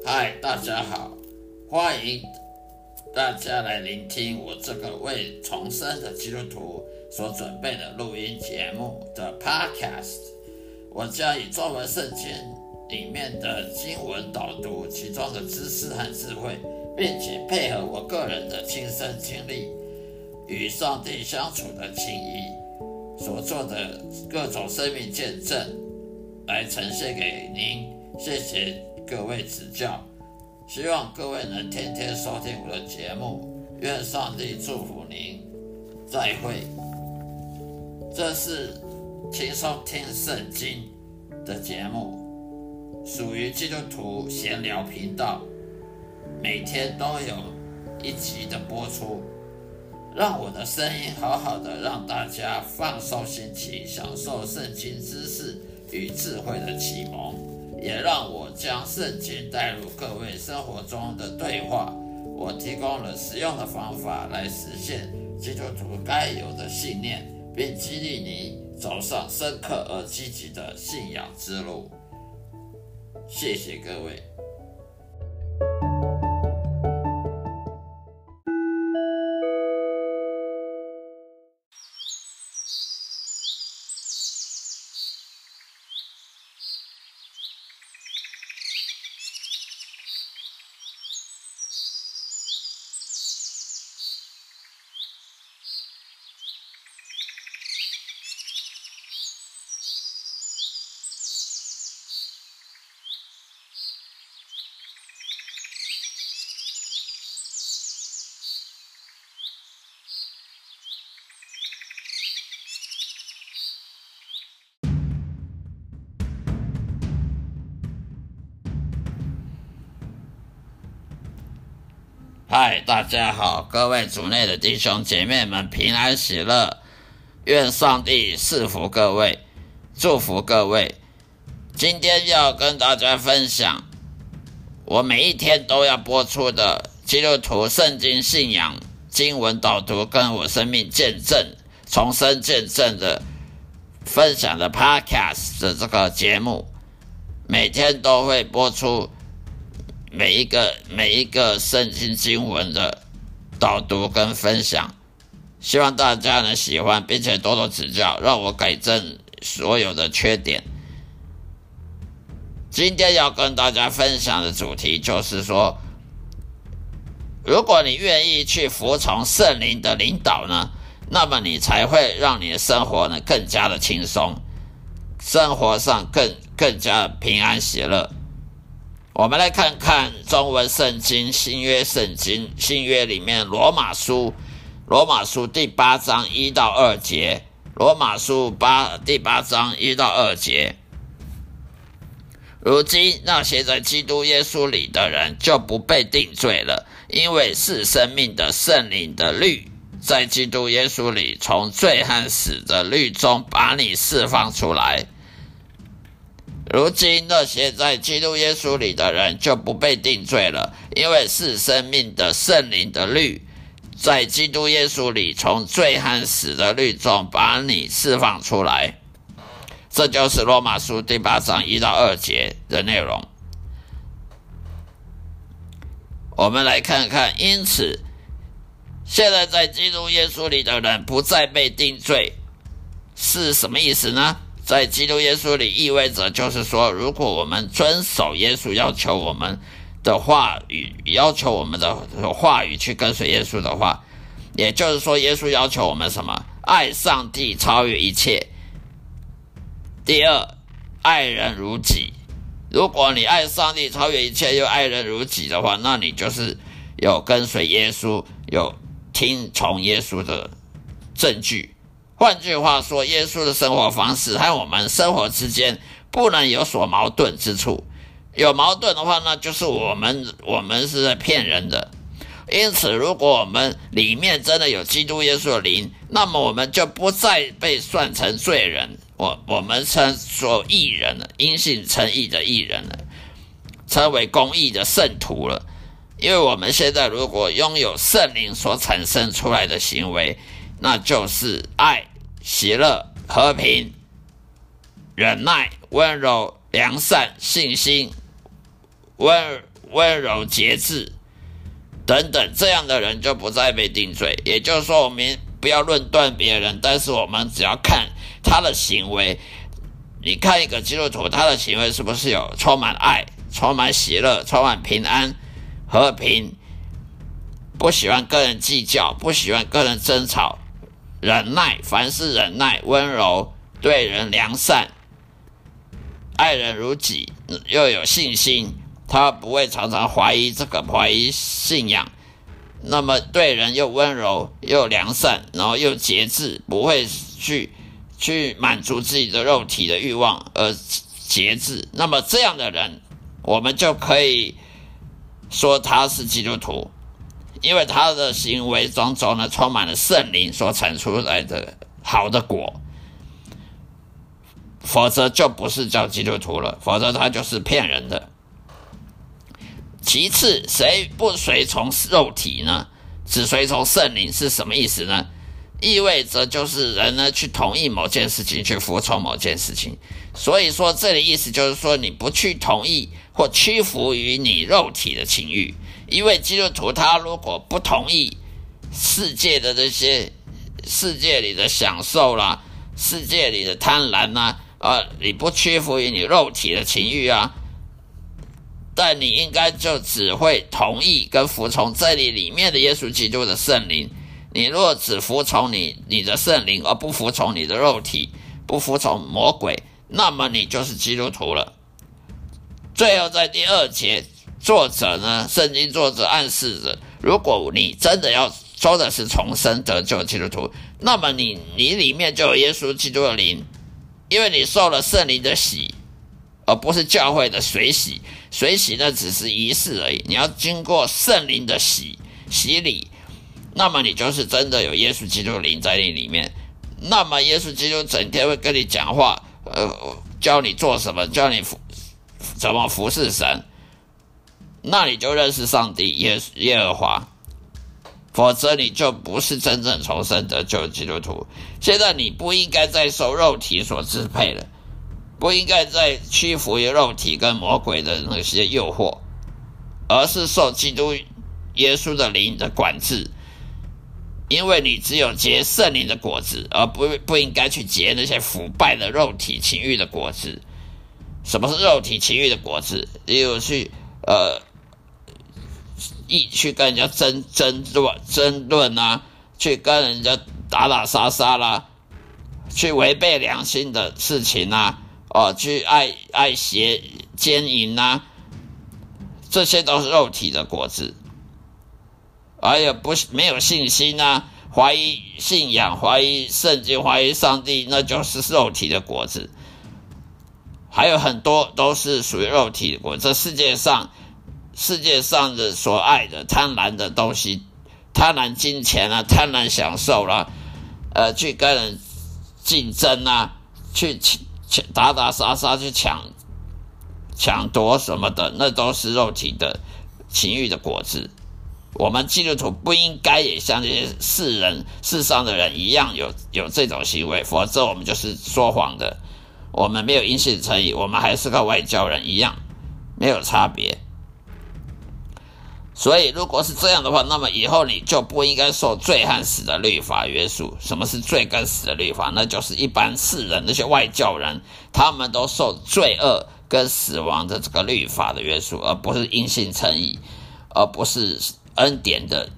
嗨，大家好，欢迎大家来聆听我这个为重生的基督徒所准备的录音节目的 Podcast。我将以中文圣经里面的经文导读其中的知识和智慧，并且配合我个人的亲身经历与上帝相处的情谊所做的各种生命见证来呈现给您。谢谢各位指教，希望各位能天天收听我的节目，愿上帝祝福您，再会。这是轻松听圣经的节目，属于基督徒闲聊频道，每天都有一集的播出，让我的声音好好的让大家放松心情，享受圣经知识与智慧的启蒙，也让我将圣经带入各位生活中的对话。我提供了实用的方法来实现基督徒该有的信念，并激励你走上深刻而积极的信仰之路。谢谢各位。嗨，大家好，各位主内的弟兄姐妹们平安喜乐，愿上帝赐福各位，祝福各位。今天要跟大家分享我每一天都要播出的基督徒圣经信仰经文导读跟我生命见证重生见证的分享的 Podcast 的这个节目，每天都会播出每一个圣经经文的导读跟分享，希望大家能喜欢，并且多多指教，让我改正所有的缺点。今天要跟大家分享的主题就是说，如果你愿意去服从圣灵的领导呢，那么你才会让你的生活呢更加的轻松，生活上更加平安喜乐。我们来看看中文圣经新约圣经，新约里面罗马书第8章1到2节，罗马书第8章1到2节。如今那些在基督耶稣里的人就不被定罪了，因为是生命的圣灵的律在基督耶稣里从罪和死的律中把你释放出来。如今那些在基督耶稣里的人就不被定罪了，因为是生命的圣灵的律在基督耶稣里从罪和死的律中把你释放出来。这就是罗马书第8章1到2节的内容。我们来看看，因此现在在基督耶稣里的人不再被定罪是什么意思呢？在基督耶稣里意味着就是说，如果我们遵守耶稣要求我们的话语，去跟随耶稣的话，也就是说耶稣要求我们什么？爱上帝超越一切。第二，爱人如己。如果你爱上帝超越一切又爱人如己的话，那你就是有跟随耶稣，有听从耶稣的证据。换句话说，耶稣的生活方式和我们生活之间不能有所矛盾之处。有矛盾的话，那就是我们是在骗人的。因此，如果我们里面真的有基督耶稣的灵，那么我们就不再被算成罪人，我们称作义人了，因信称义的义人了，称为公义的圣徒了。因为我们现在如果拥有圣灵所产生出来的行为，那就是爱、喜乐、和平、忍耐、温柔、良善、信心、 温柔节制等等，这样的人就不再被定罪。也就是说，我们不要论断别人，但是我们只要看他的行为。你看一个基督徒，他的行为是不是有充满爱、充满喜乐、充满平安、和平，不喜欢跟人计较，不喜欢跟人争吵，忍耐，凡事忍耐，温柔，对人良善，爱人如己，又有信心，他不会常常怀疑信仰，那么对人又温柔又良善，然后又节制，不会去满足自己的肉体的欲望而节制，那么这样的人我们就可以说他是基督徒，因为他的行为当中呢充满了圣灵所产出来的好的果，否则就不是叫基督徒了，否则他就是骗人的。其次，谁不随从肉体呢？只随从圣灵是什么意思呢？意味着就是人呢去同意某件事情，去服从某件事情。所以说这里意思就是说，你不去同意或屈服于你肉体的情欲。因为基督徒他如果不同意世界的这些世界里的享受啦，世界里的贪婪啊，你不屈服于你肉体的情欲啊，但你应该就只会同意跟服从这里面的耶稣基督的圣灵。你若只服从你的圣灵，而不服从你的肉体，不服从魔鬼，那么你就是基督徒了。最后在第2节，圣经作者暗示着，如果你真的要说的是重生得救的基督徒，那么你里面就有耶稣基督的灵，因为你受了圣灵的洗，而不是教会的水洗。水洗呢只是仪式而已，你要经过圣灵的洗礼，那么你就是真的有耶稣基督的灵在你里面。那么耶稣基督整天会跟你讲话，教你做什么，教你怎么服侍神，那你就认识上帝耶和华，否则你就不是真正重生得救的基督徒。现在你不应该再受肉体所支配了，不应该再屈服于肉体跟魔鬼的那些诱惑，而是受基督耶稣的灵的管制。因为你只有结圣灵的果子，而不应该去结那些腐败的肉体情欲的果子。什么是肉体情欲的果子？例如去跟人家争论啊，去跟人家打杀杀啦，去违背良心的事情啊，去爱邪奸淫啊，这些都是肉体的果子。还有没有信心啊，怀疑信仰，怀疑圣经，怀疑上帝，那就是肉体的果子。还有很多都是属于肉体的果子。这世界上的所爱的贪婪的东西，贪婪金钱啊，贪婪享受啦，去跟人竞争啊，去打杀杀，去抢夺什么的，那都是肉体的情欲的果子。我们基督徒不应该也像这些世上的人一样有这种行为，否则我们就是说谎的，我们没有因信称义，我们还是跟外教人一样，没有差别。所以如果是这样的话，那么以后你就不应该受罪和死的律法约束。什么是罪跟死的律法？那就是一般世人，那些外教人，他们都受罪恶跟死亡的这个律法的约束，而不是因信称义，而不是恩典的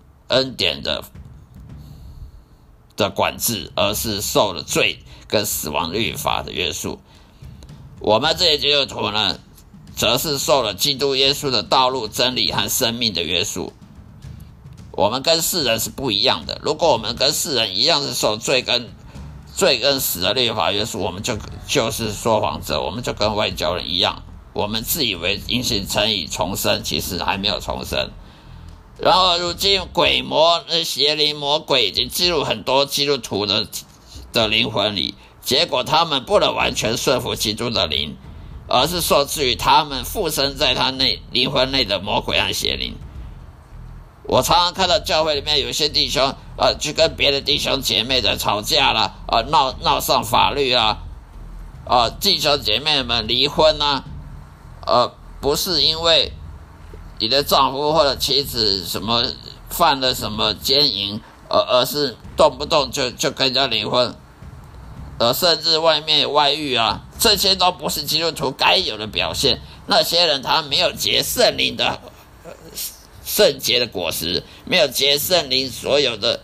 管制，而是受了罪跟死亡律法的约束。我们这些基督徒呢，则是受了基督耶稣的道路、真理和生命的约束。我们跟世人是不一样的。如果我们跟世人一样是受罪跟死的律法约束，我们就是说谎者，我们就跟外教人一样。我们自以为因信称义重生，其实还没有重生。然后如今鬼魔、邪灵、魔鬼已经进入很多基督徒的灵魂里，结果他们不能完全顺服基督的灵，而是受制于他们附身在他灵魂内的魔鬼和邪灵。我常常看到教会里面有一些弟兄去跟别的弟兄姐妹的吵架啦，闹上法律啦，弟兄姐妹们离婚啊，不是因为你的丈夫或者妻子什么犯了什么奸淫，而是动不动就跟人家离婚，甚至外面有外遇啊，这些都不是基督徒该有的表现。那些人他没有结圣灵的圣洁的果实，没有结圣灵所有的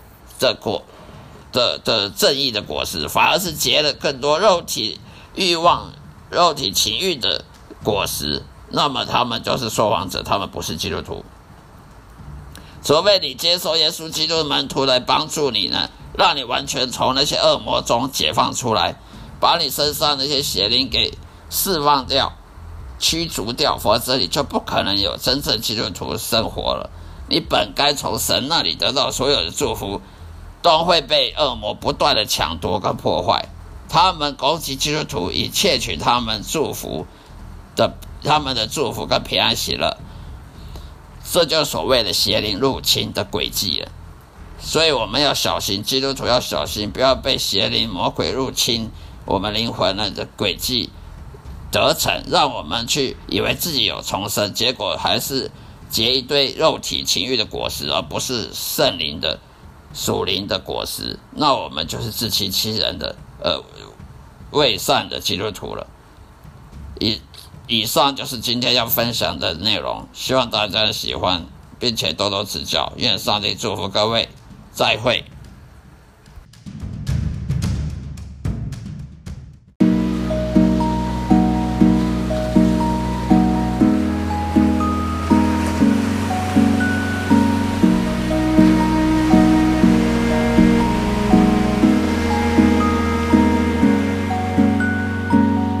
正义的果实，反而是结了更多肉体欲望、肉体情欲的果实。那么他们就是说谎者，他们不是基督徒。除非你接受耶稣基督的门徒来帮助你呢，让你完全从那些恶魔中解放出来，把你身上那些邪灵给释放掉、驱逐掉，否则你就不可能有真正基督徒生活了。你本该从神那里得到所有的祝福，都会被恶魔不断的抢夺跟破坏。他们攻击基督徒，以窃取他们的祝福跟平安喜乐，这就是所谓的邪灵入侵的诡计了。所以我们要小心，基督徒要小心，不要被邪灵魔鬼入侵我们灵魂的诡计得逞，让我们去以为自己有重生，结果还是结一堆肉体情欲的果实，而不是圣灵的属灵的果实。那我们就是自欺欺人的伪善的基督徒了。以上就是今天要分享的内容，希望大家喜欢，并且多多指教。愿上帝祝福各位，再会。